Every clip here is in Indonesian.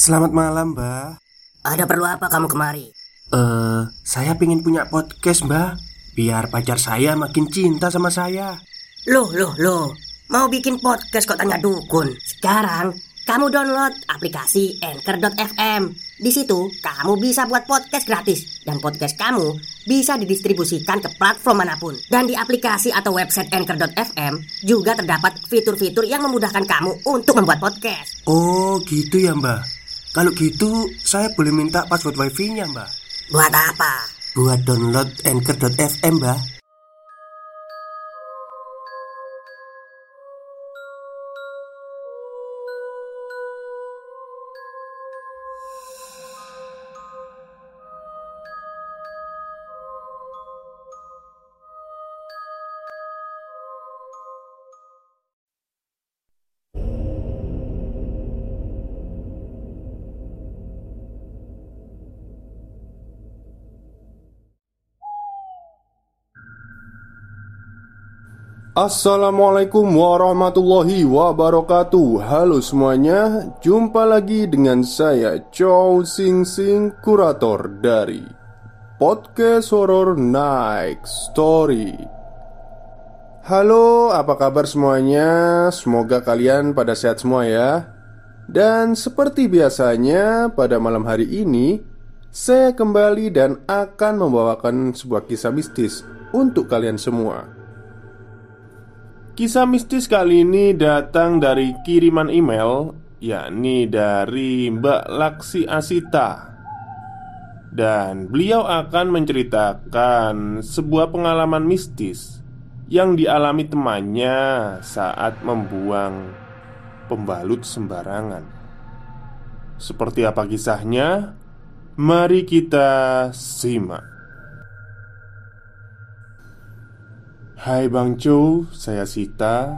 Selamat malam, Mbak. Ada perlu apa kamu kemari? Saya pengen punya podcast, Mbak. Biar pacar saya makin cinta sama saya. Loh. Mau bikin podcast kok tanya dukun? Sekarang kamu download aplikasi Anchor.fm. Di situ kamu bisa buat podcast gratis. Dan podcast kamu bisa didistribusikan ke platform manapun. Dan di aplikasi atau website Anchor.fm juga terdapat fitur-fitur yang memudahkan kamu untuk membuat podcast. Oh, gitu ya, Mbak. Kalau gitu, saya boleh minta password wifi-nya, Mbak. Buat apa? Buat download Anchor.fm, Mbak. Assalamualaikum warahmatullahi wabarakatuh. Halo semuanya, jumpa lagi dengan saya Chow Sing Sing, kurator dari podcast horor Night Story. Halo, apa kabar semuanya? Semoga kalian pada sehat semua ya. Dan seperti biasanya pada malam hari ini, saya kembali dan akan membawakan sebuah kisah mistis untuk kalian semua. Kisah mistis kali ini datang dari kiriman email, yakni dari Mbak Laksi Asita. Dan beliau akan menceritakan sebuah pengalaman mistis yang dialami temannya saat membuang pembalut sembarangan. Seperti apa kisahnya? Mari kita simak. Hai Bang Chow, saya Sita.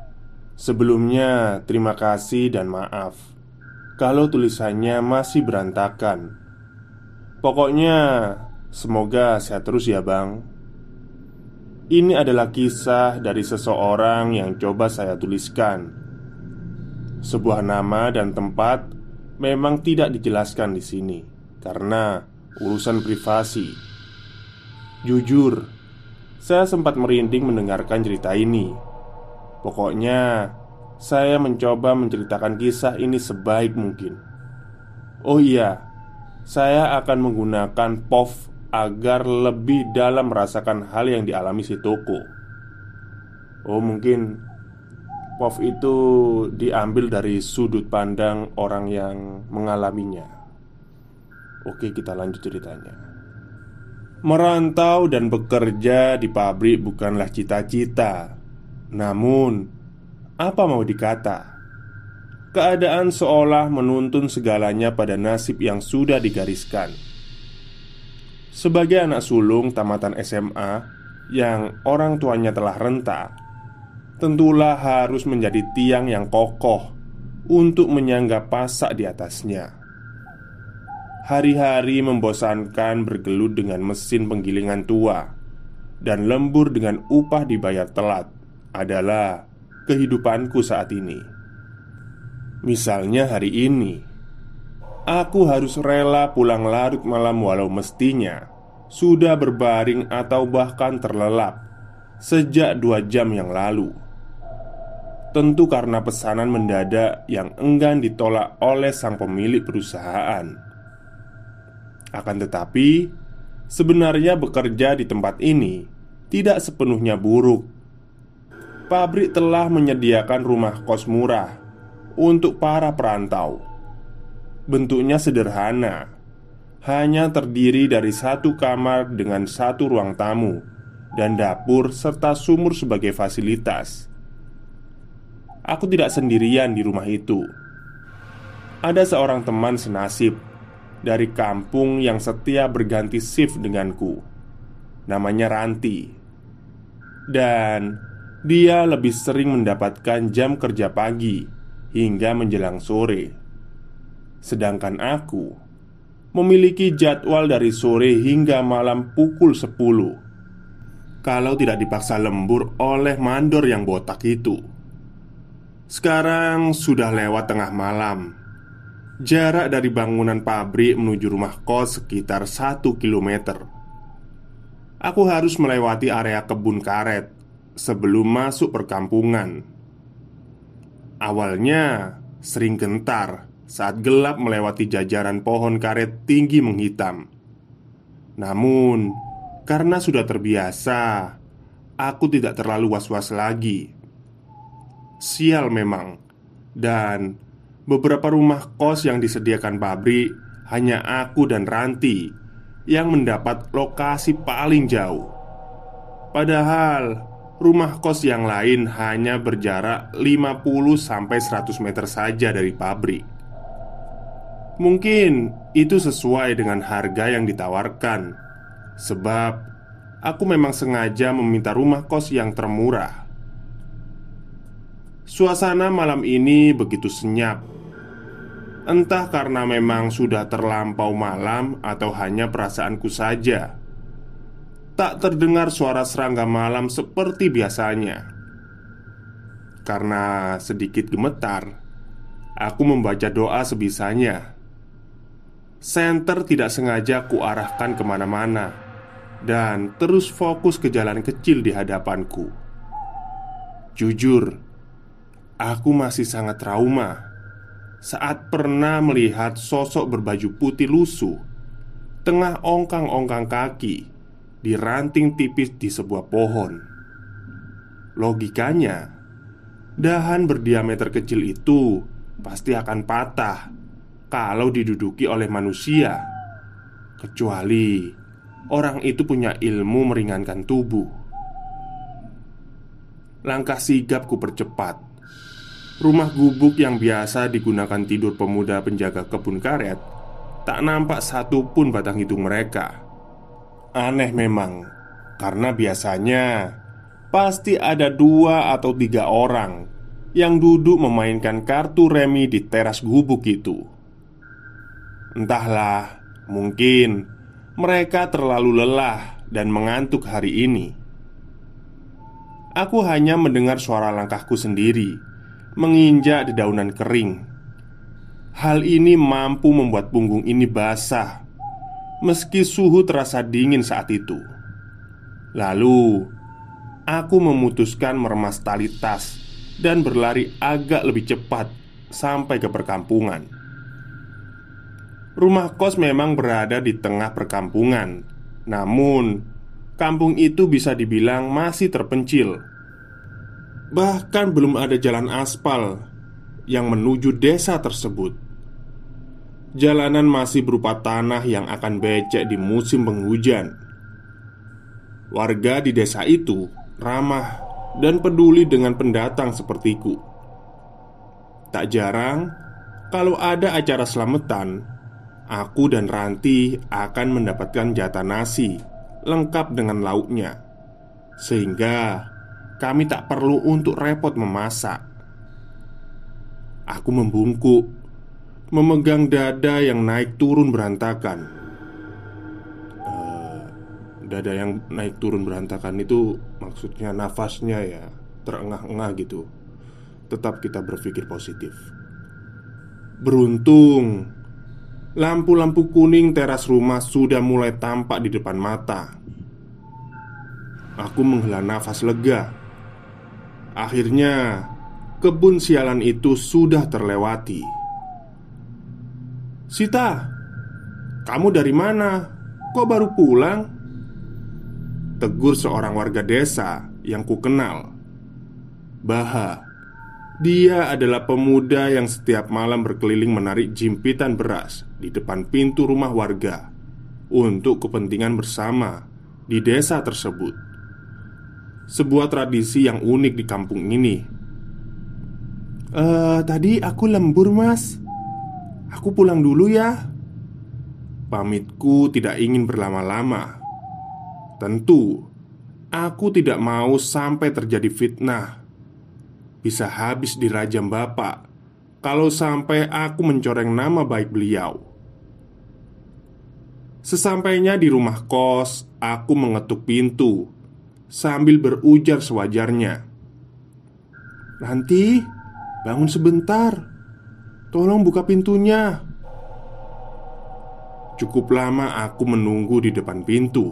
Sebelumnya terima kasih dan maaf kalau tulisannya masih berantakan. Pokoknya semoga sehat terus ya Bang. Ini adalah kisah dari seseorang yang coba saya tuliskan. Sebuah nama dan tempat memang tidak dijelaskan di sini karena urusan privasi. Jujur, saya sempat merinding mendengarkan cerita ini. Pokoknya, saya mencoba menceritakan kisah ini sebaik mungkin. Oh iya, saya akan menggunakan POV agar lebih dalam merasakan hal yang dialami si toko. Oh mungkin POV itu diambil dari sudut pandang orang yang mengalaminya. Oke, kita lanjut ceritanya. Merantau dan bekerja di pabrik bukanlah cita-cita. Namun, apa mau dikata, keadaan seolah menuntun segalanya pada nasib yang sudah digariskan. Sebagai anak sulung tamatan SMA yang orang tuanya telah renta, tentulah harus menjadi tiang yang kokoh untuk menyangga pasak di atasnya. Hari-hari membosankan bergelut dengan mesin penggilingan tua dan lembur dengan upah dibayar telat adalah kehidupanku saat ini. Misalnya hari ini, aku harus rela pulang larut malam walau mestinya sudah berbaring atau bahkan terlelap sejak 2 jam yang lalu. Tentu karena pesanan mendadak yang enggan ditolak oleh sang pemilik perusahaan. Akan tetapi, sebenarnya bekerja di tempat ini tidak sepenuhnya buruk. Pabrik telah menyediakan rumah kos murah untuk para perantau. Bentuknya sederhana, hanya terdiri dari 1 kamar dengan 1 ruang tamu dan dapur serta sumur sebagai fasilitas. Aku tidak sendirian di rumah itu. Ada seorang teman senasib dari kampung yang setia berganti shift denganku. Namanya Ranti. Dan dia lebih sering mendapatkan jam kerja pagi hingga menjelang sore. Sedangkan aku memiliki jadwal dari sore hingga malam pukul 10, kalau tidak dipaksa lembur oleh mandor yang botak itu. Sekarang sudah lewat tengah malam. Jarak dari bangunan pabrik menuju rumah kos sekitar 1 kilometer. Aku harus melewati area kebun karet sebelum masuk perkampungan. Awalnya sering gentar saat gelap melewati jajaran pohon karet tinggi menghitam. Namun, karena sudah terbiasa, aku tidak terlalu was-was lagi. Sial memang. Dan beberapa rumah kos yang disediakan pabrik hanya aku dan Ranti yang mendapat lokasi paling jauh. Padahal rumah kos yang lain hanya berjarak 50-100 meter saja dari pabrik. Mungkin itu sesuai dengan harga yang ditawarkan, sebab aku memang sengaja meminta rumah kos yang termurah. Suasana malam ini begitu senyap. Entah karena memang sudah terlampau malam atau hanya perasaanku saja. Tak terdengar suara serangga malam seperti biasanya. Karena sedikit gemetar, aku membaca doa sebisanya. Senter tidak sengaja kuarahkan kemana-mana dan terus fokus ke jalan kecil di hadapanku. Jujur, aku masih sangat trauma saat pernah melihat sosok berbaju putih lusuh tengah ongkang-ongkang kaki di ranting tipis di sebuah pohon. Logikanya, dahan berdiameter kecil itu pasti akan patah kalau diduduki oleh manusia, kecuali orang itu punya ilmu meringankan tubuh. Langkah sigap ku percepat. Rumah gubuk yang biasa digunakan tidur pemuda penjaga kebun karet tak nampak satupun batang hidung mereka. Aneh memang, karena biasanya pasti ada 2 atau 3 orang yang duduk memainkan kartu remi di teras gubuk itu. Entahlah, mungkin mereka terlalu lelah dan mengantuk hari ini. Aku hanya mendengar suara langkahku sendiri menginjak dedaunan kering. Hal ini mampu membuat punggung ini basah, meski suhu terasa dingin saat itu. Lalu, aku memutuskan meremas tali tas dan berlari agak lebih cepat sampai ke perkampungan. Rumah kos memang berada di tengah perkampungan, namun kampung itu bisa dibilang masih terpencil. Bahkan belum ada jalan aspal yang menuju desa tersebut. Jalanan masih berupa tanah yang akan becek di musim penghujan. Warga di desa itu ramah dan peduli dengan pendatang sepertiku. Tak jarang, kalau ada acara selamatan, aku dan Ranti akan mendapatkan jatah nasi lengkap dengan lauknya, sehingga kami tak perlu untuk repot memasak. Aku membungkuk, memegang dada yang naik turun berantakan. Dada yang naik turun berantakan itu maksudnya nafasnya ya, terengah-engah gitu. Tetap kita berpikir positif. Beruntung, lampu-lampu kuning teras rumah sudah mulai tampak di depan mata. Aku menghela nafas lega. Akhirnya, kebun sialan itu sudah terlewati. "Sita, kamu dari mana? Kok baru pulang?" tegur seorang warga desa yang kukenal. Baha. Dia adalah pemuda yang setiap malam berkeliling menarik jimpitan beras di depan pintu rumah warga untuk kepentingan bersama di desa tersebut. Sebuah tradisi yang unik di kampung ini. Tadi aku lembur, Mas. Aku pulang dulu ya." Pamitku tidak ingin berlama-lama. Tentu, aku tidak mau sampai terjadi fitnah. Bisa habis dirajam bapak kalau sampai aku mencoreng nama baik beliau. Sesampainya di rumah kos, aku mengetuk pintu sambil berujar sewajarnya. "Nanti, bangun sebentar. Tolong buka pintunya." Cukup lama aku menunggu di depan pintu.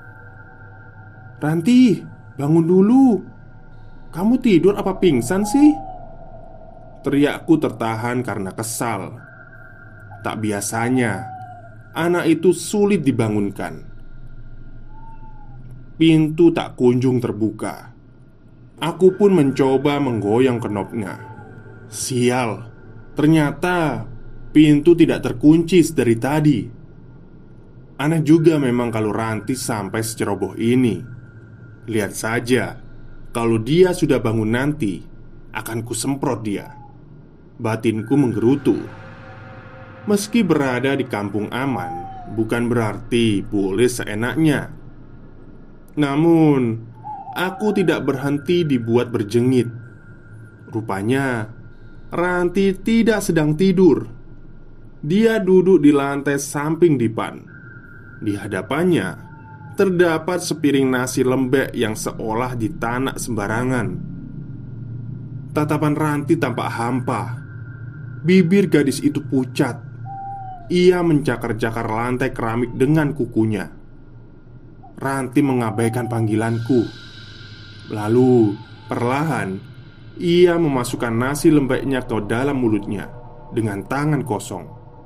"Ranti, bangun dulu. Kamu tidur apa pingsan sih?" Teriakku tertahan karena kesal. Tak biasanya anak itu sulit dibangunkan. Pintu tak kunjung terbuka. Aku pun mencoba menggoyang knopnya. Sial, ternyata pintu tidak terkunci dari tadi. Aneh juga memang kalau Ranti sampai seceroboh ini. Lihat saja, kalau dia sudah bangun nanti, akan kusemprot dia. Batinku menggerutu. Meski berada di kampung aman, bukan berarti boleh seenaknya. Namun, aku tidak berhenti dibuat berjengit. Rupanya, Ranti tidak sedang tidur. Dia duduk di lantai samping dipan. Di hadapannya terdapat sepiring nasi lembek yang seolah ditanak sembarangan. Tatapan Ranti tampak hampa. Bibir gadis itu pucat. Ia mencakar-cakar lantai keramik dengan kukunya. Ranti mengabaikan panggilanku. Lalu, perlahan, ia memasukkan nasi lembeknya ke dalam mulutnya dengan tangan kosong.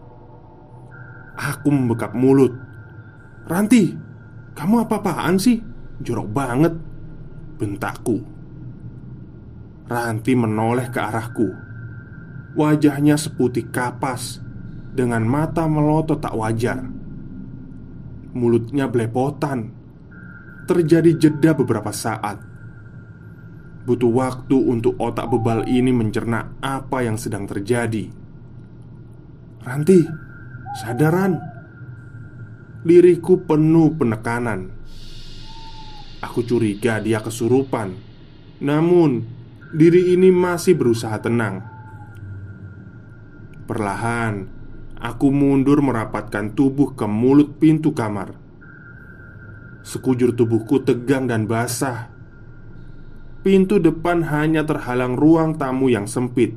Aku membekap mulut. "Ranti, kamu apa-apaan sih? Jorok banget," bentakku. Ranti menoleh ke arahku. Wajahnya seputih kapas, dengan mata melotot tak wajar. Mulutnya belepotan. Terjadi jeda beberapa saat. Butuh waktu untuk otak bebal ini mencerna apa yang sedang terjadi. "Ranti, sadaran!" Lirikku penuh penekanan. Aku curiga dia kesurupan. Namun, diri ini masih berusaha tenang. Perlahan, aku mundur merapatkan tubuh ke mulut pintu kamar. Sekujur tubuhku tegang dan basah. Pintu depan hanya terhalang ruang tamu yang sempit.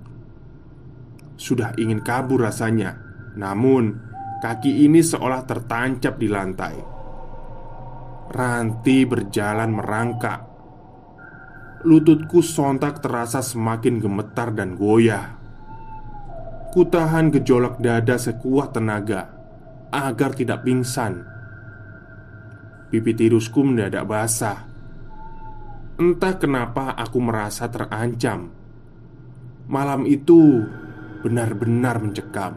Sudah ingin kabur rasanya, namun kaki ini seolah tertancap di lantai. Ranti berjalan merangkak. Lututku sontak terasa semakin gemetar dan goyah. Kutahan gejolak dada sekuat tenaga agar tidak pingsan. Pipi tirusku mendadak basah. Entah kenapa aku merasa terancam. Malam itu benar-benar mencekam.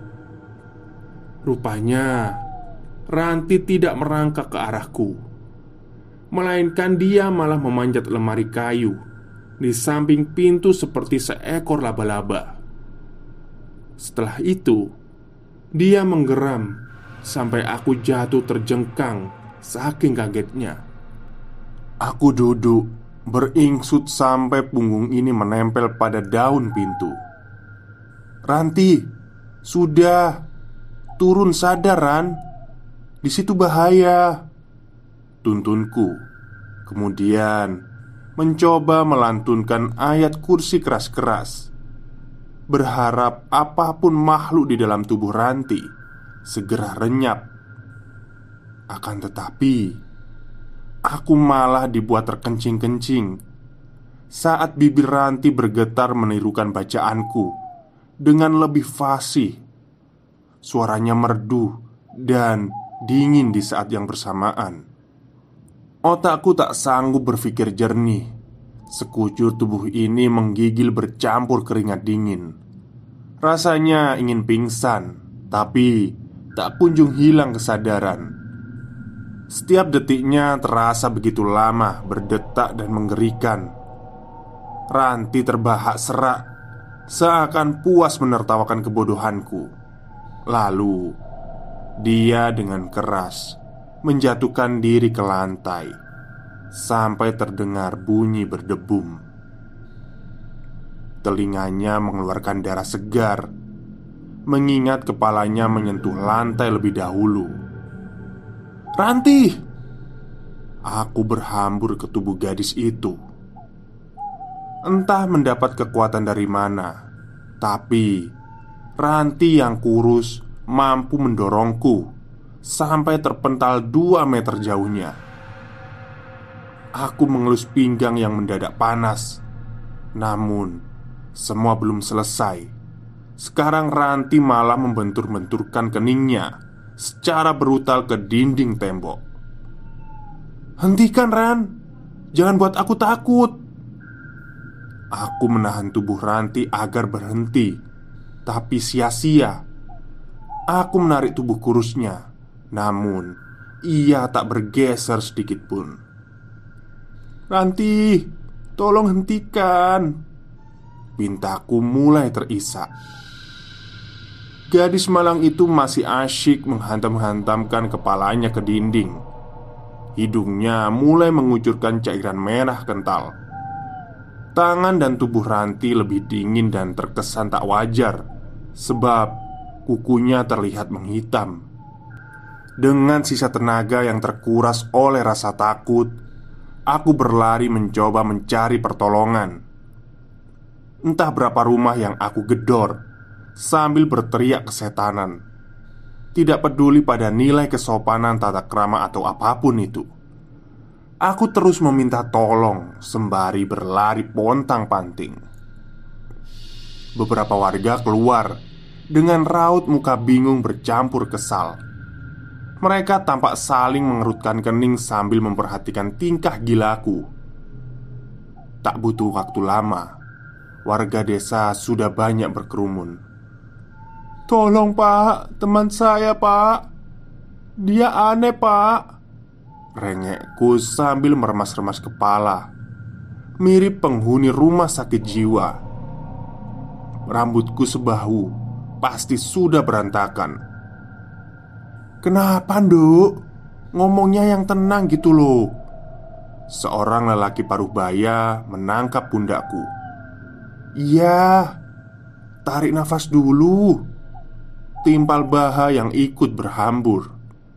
Rupanya Ranti tidak merangkak ke arahku, melainkan dia malah memanjat lemari kayu di samping pintu seperti seekor laba-laba. Setelah itu, dia menggeram sampai aku jatuh terjengkang saking kagetnya. Aku duduk beringsut sampai punggung ini menempel pada daun pintu. "Ranti, sudah, turun, sadar, Ran. Di situ bahaya," tuntunku. Kemudian mencoba melantunkan ayat kursi keras-keras, berharap apapun makhluk di dalam tubuh Ranti segera renyap. Akan tetapi, aku malah dibuat terkencing-kencing saat bibir Ranti bergetar menirukan bacaanku dengan lebih fasih. Suaranya merdu dan dingin di saat yang bersamaan. Otakku tak sanggup berpikir jernih. Sekujur tubuh ini menggigil bercampur keringat dingin. Rasanya ingin pingsan, tapi tak kunjung hilang kesadaran. Setiap detiknya terasa begitu lama, berdetak dan menggerikan. Ranti terbahak serak, seakan puas menertawakan kebodohanku. Lalu, dia dengan keras menjatuhkan diri ke lantai sampai terdengar bunyi berdebum. Telinganya mengeluarkan darah segar, mengingat kepalanya menyentuh lantai lebih dahulu. "Ranti!" Aku berhambur ke tubuh gadis itu. Entah mendapat kekuatan dari mana, tapi Ranti yang kurus mampu mendorongku sampai terpental 2 meter jauhnya. Aku mengelus pinggang yang mendadak panas. Namun, semua belum selesai. Sekarang Ranti malah membentur-benturkan keningnya secara brutal ke dinding tembok. "Hentikan, Ran! Jangan buat aku takut!" Aku menahan tubuh Ranti agar berhenti, tapi sia-sia. Aku menarik tubuh kurusnya, namun ia tak bergeser sedikit pun. "Ranti, tolong hentikan!" pintaku mulai terisak. Gadis malang itu masih asyik menghantam-hantamkan kepalanya ke dinding. Hidungnya mulai mengucurkan cairan merah kental. Tangan dan tubuh Ranti lebih dingin dan terkesan tak wajar, sebab kukunya terlihat menghitam. Dengan sisa tenaga yang terkuras oleh rasa takut, aku berlari mencoba mencari pertolongan. Entah berapa rumah yang aku gedor sambil berteriak kesetanan, tidak peduli pada nilai kesopanan tata krama atau apapun itu. Aku terus meminta tolong sembari berlari pontang-panting. Beberapa warga keluar dengan raut muka bingung bercampur kesal. Mereka tampak saling mengerutkan kening sambil memperhatikan tingkah gilaku. Tak butuh waktu lama, warga desa sudah banyak berkerumun. "Tolong, Pak, teman saya, Pak. Dia aneh, Pak," rengekku sambil meremas-remas kepala, mirip penghuni rumah sakit jiwa. Rambutku sebahu, pasti sudah berantakan. "Kenapa, Nduk? Ngomongnya yang tenang gitu loh." Seorang lelaki paruh baya menangkap pundakku. "Iya, tarik nafas dulu," timpal Baha yang ikut berhambur.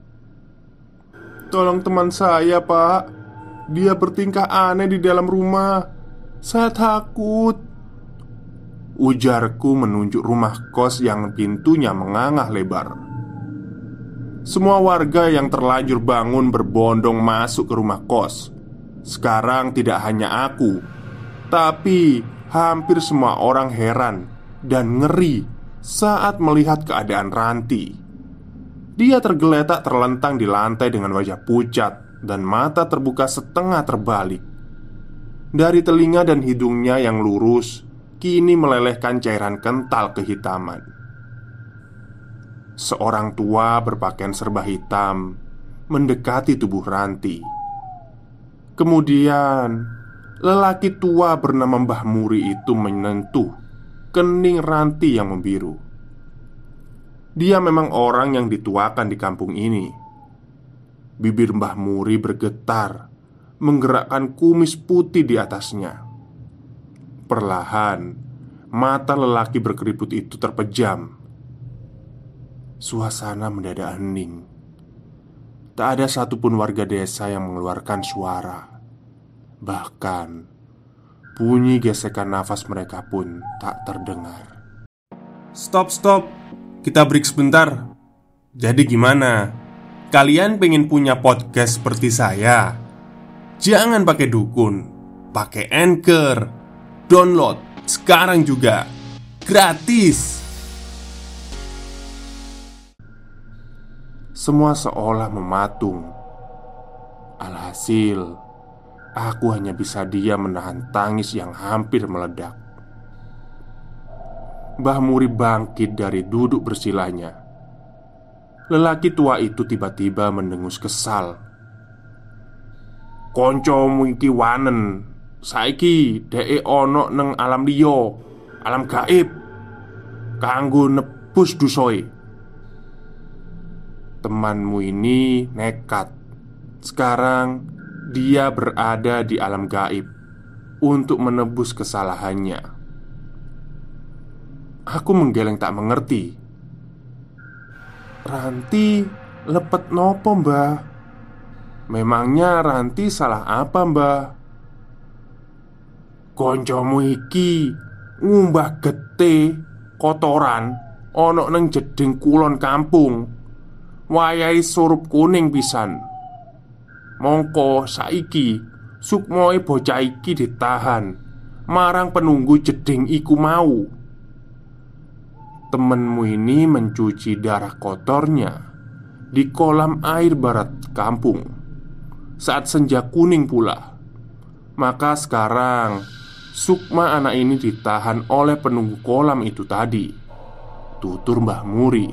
"Tolong teman saya, Pak. Dia bertingkah aneh di dalam rumah. Saya takut," ujarku menunjuk rumah kos yang pintunya mengangah lebar. Semua warga yang terlanjur bangun berbondong masuk ke rumah kos. Sekarang tidak hanya aku, tapi hampir semua orang heran dan ngeri saat melihat keadaan Ranti. Dia tergeletak terlentang di lantai dengan wajah pucat dan mata terbuka setengah terbalik. Dari telinga dan hidungnya yang lurus kini melelehkan cairan kental kehitaman. Seorang tua berpakaian serba hitam mendekati tubuh Ranti. Kemudian lelaki tua bernama Mbah Muri itu menyentuh kening Ranti yang membiru. Dia memang orang yang dituakan di kampung ini. Bibir Mbah Muri bergetar, menggerakkan kumis putih di atasnya. Perlahan, mata lelaki berkeriput itu terpejam. Suasana mendadak hening. Tak ada satupun warga desa yang mengeluarkan suara. Bahkan bunyi gesekan nafas mereka pun tak terdengar. Stop. Kita break sebentar. Jadi gimana? Kalian pengen punya podcast seperti saya? Jangan pakai dukun, pakai Anchor. Download sekarang juga. Gratis. Semua seolah mematung. Alhasil, aku hanya bisa diam menahan tangis yang hampir meledak. Mbah Muri bangkit dari duduk bersilanya. Lelaki tua itu tiba-tiba mendengus kesal. "Koncomu iki wanen. Saiki dheke ana nang alam liya, alam gaib, kanggo nebus dosae. Temanmu ini nekat. Sekarang dia berada di alam gaib untuk menebus kesalahannya." Aku menggeleng tak mengerti. "Ranti lepet nopo, Mbah? Memangnya Ranti salah apa, Mbah?" "Koncomu iki ngumbah getih kotoran Ono neng jeding kulon kampung, wayahe surup kuning pisan. Mongko saiki sukmoe bocah iki ditahan marang penunggu jeding iku mau. Temenmu ini mencuci darah kotornya di kolam air barat kampung saat senja kuning pula. Maka sekarang Sukma anak ini ditahan oleh penunggu kolam itu tadi, tutur Mbah Muri.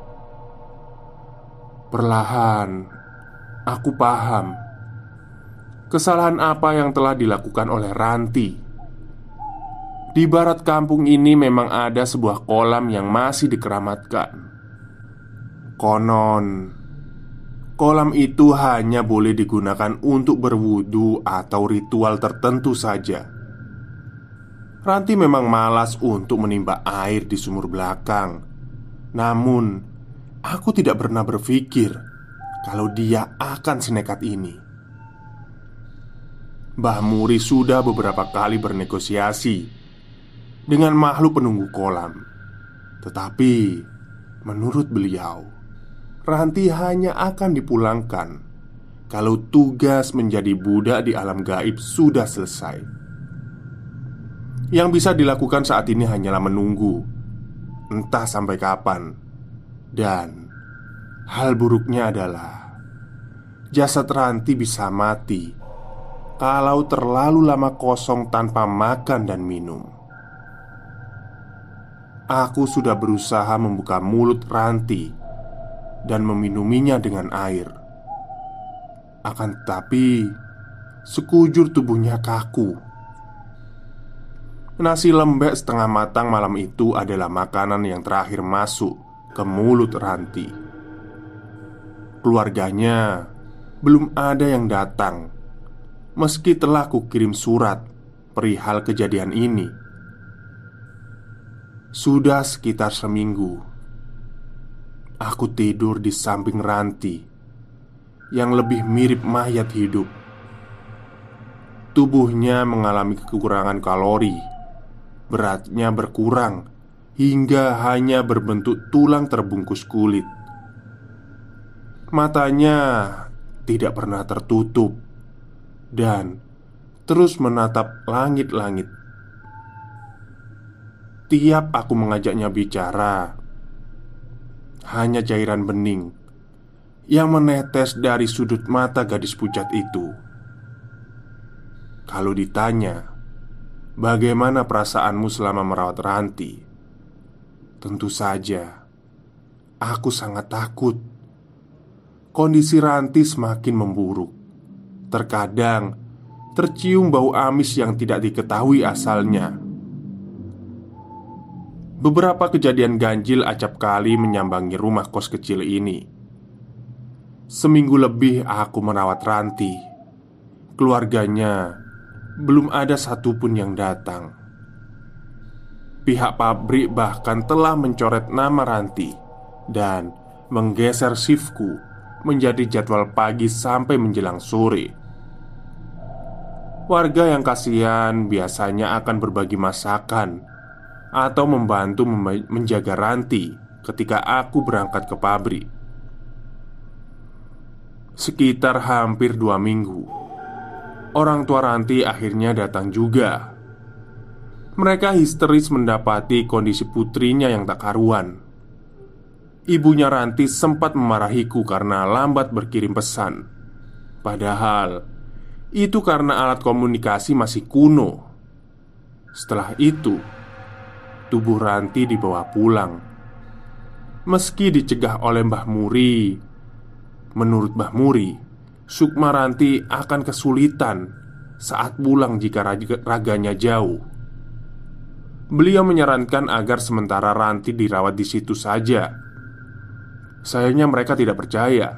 Perlahan aku paham kesalahan apa yang telah dilakukan oleh Ranti. Di barat kampung ini memang ada sebuah kolam yang masih dikeramatkan. Konon, kolam itu hanya boleh digunakan untuk berwudu atau ritual tertentu saja. Ranti memang malas untuk menimba air di sumur belakang. Namun, aku tidak pernah berpikir kalau dia akan senekat ini. Mbah Muri sudah beberapa kali bernegosiasi dengan makhluk penunggu kolam. Tetapi menurut beliau, Ranti hanya akan dipulangkan kalau tugas menjadi budak di alam gaib sudah selesai. Yang bisa dilakukan saat ini hanyalah menunggu, entah sampai kapan. Dan hal buruknya adalah jasad Ranti bisa mati kalau terlalu lama kosong tanpa makan dan minum. Aku sudah berusaha membuka mulut Ranti dan meminuminya dengan air. Akan tetapi sekujur tubuhnya kaku. Nasi lembek setengah matang malam itu adalah makanan yang terakhir masuk ke mulut Ranti. Keluarganya belum ada yang datang, meski telah kukirim surat perihal kejadian ini. Sudah sekitar seminggu aku tidur di samping Ranti yang lebih mirip mayat hidup. Tubuhnya mengalami kekurangan kalori, beratnya berkurang hingga hanya berbentuk tulang terbungkus kulit. Matanya tidak pernah tertutup dan terus menatap langit-langit. Tiap aku mengajaknya bicara, hanya cairan bening yang menetes dari sudut mata gadis pucat itu. Kalau ditanya, "Bagaimana perasaanmu selama merawat Ranti?" Tentu saja, aku sangat takut. Kondisi Ranti semakin memburuk. Terkadang tercium bau amis yang tidak diketahui asalnya. Beberapa kejadian ganjil acap kali menyambangi rumah kos kecil ini. Seminggu lebih aku merawat Ranti. Keluarganya belum ada satupun yang datang. Pihak pabrik bahkan telah mencoret nama Ranti dan menggeser shiftku menjadi jadwal pagi sampai menjelang sore. Warga yang kasihan biasanya akan berbagi masakan atau membantu menjaga Ranti ketika aku berangkat ke pabrik. Sekitar hampir 2 minggu, orang tua Ranti akhirnya datang juga. Mereka histeris mendapati kondisi putrinya yang tak karuan. Ibunya Ranti sempat memarahiku karena lambat berkirim pesan. Padahal itu karena alat komunikasi masih kuno. Setelah itu, tubuh Ranti dibawa pulang. Meski dicegah oleh Mbah Muri, menurut Mbah Muri, Sukma Ranti akan kesulitan saat pulang jika raganya jauh. Beliau menyarankan agar sementara Ranti dirawat di situ saja. Sayangnya mereka tidak percaya.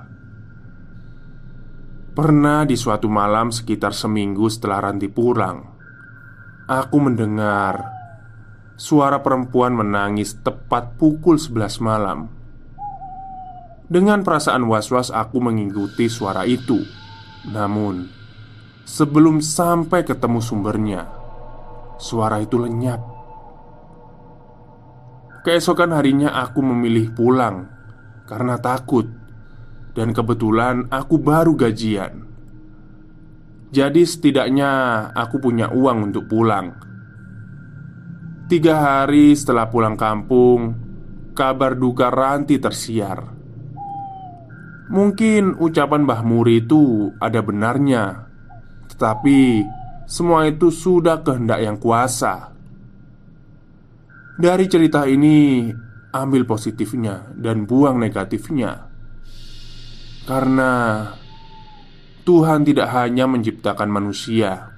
Pernah di suatu malam sekitar seminggu setelah Ranti pulang, aku mendengar suara perempuan menangis tepat pukul 11 malam. Dengan perasaan was-was aku mengikuti suara itu. Namun, sebelum sampai ketemu sumbernya, suara itu lenyap. Keesokan harinya aku memilih pulang karena takut. Dan kebetulan aku baru gajian. Jadi setidaknya aku punya uang untuk pulang. 3 hari setelah pulang kampung, kabar duka Ranti tersiar. Mungkin ucapan Mbah Muri itu ada benarnya, tetapi semua itu sudah kehendak yang kuasa. Dari cerita ini, ambil positifnya dan buang negatifnya. Karena Tuhan tidak hanya menciptakan manusia.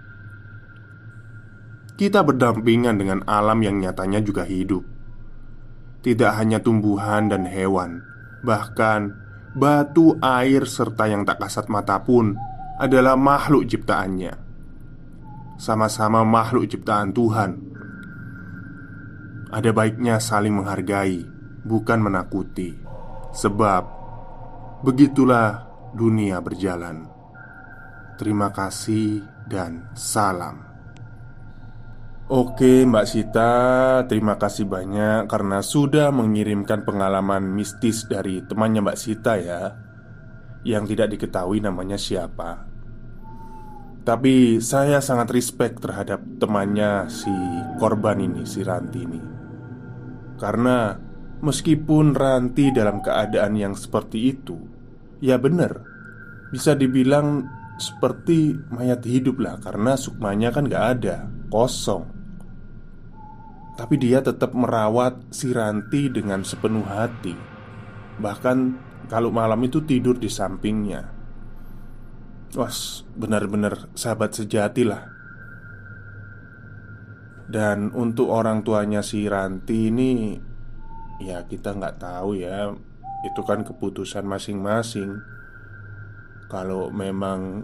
Kita berdampingan dengan alam yang nyatanya juga hidup. Tidak hanya tumbuhan dan hewan, bahkan batu, air, serta yang tak kasat mata pun adalah makhluk ciptaannya. Sama-sama makhluk ciptaan Tuhan. Ada baiknya saling menghargai, bukan menakuti. Sebab begitulah dunia berjalan. Terima kasih dan salam. Oke Mbak Sita, terima kasih banyak karena sudah mengirimkan pengalaman mistis dari temannya Mbak Sita ya, yang tidak diketahui namanya siapa. Tapi saya sangat respect terhadap temannya si korban ini, si Ranti ini. Karena meskipun Ranti dalam keadaan yang seperti itu, ya benar, bisa dibilang seperti mayat hidup lah. Karena sukmanya kan gak ada, kosong. Tapi dia tetap merawat si Ranti dengan sepenuh hati. Bahkan kalau malam itu tidur di sampingnya. Wah, benar-benar sahabat sejati lah. Dan untuk orang tuanya si Ranti ini, ya kita nggak tahu ya. Itu kan keputusan masing-masing. Kalau memang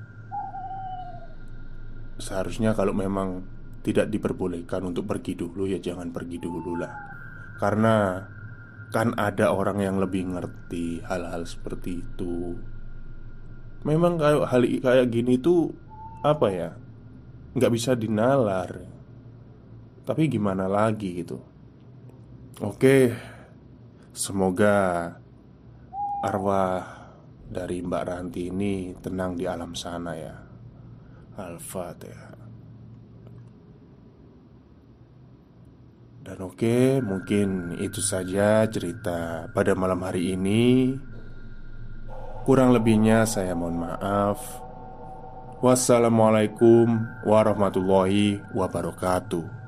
seharusnya kalau memang tidak diperbolehkan untuk pergi dulu, ya jangan pergi dulu lah. Karena kan ada orang yang lebih ngerti hal-hal seperti itu. Memang hal kayak gini tuh apa ya, nggak bisa dinalar. Tapi gimana lagi gitu. Oke, semoga arwah dari Mbak Ranti ini tenang di alam sana ya. Al-Fatihah. Dan oke, mungkin itu saja cerita pada malam hari ini. Kurang lebihnya saya mohon maaf. Wassalamualaikum warahmatullahi wabarakatuh.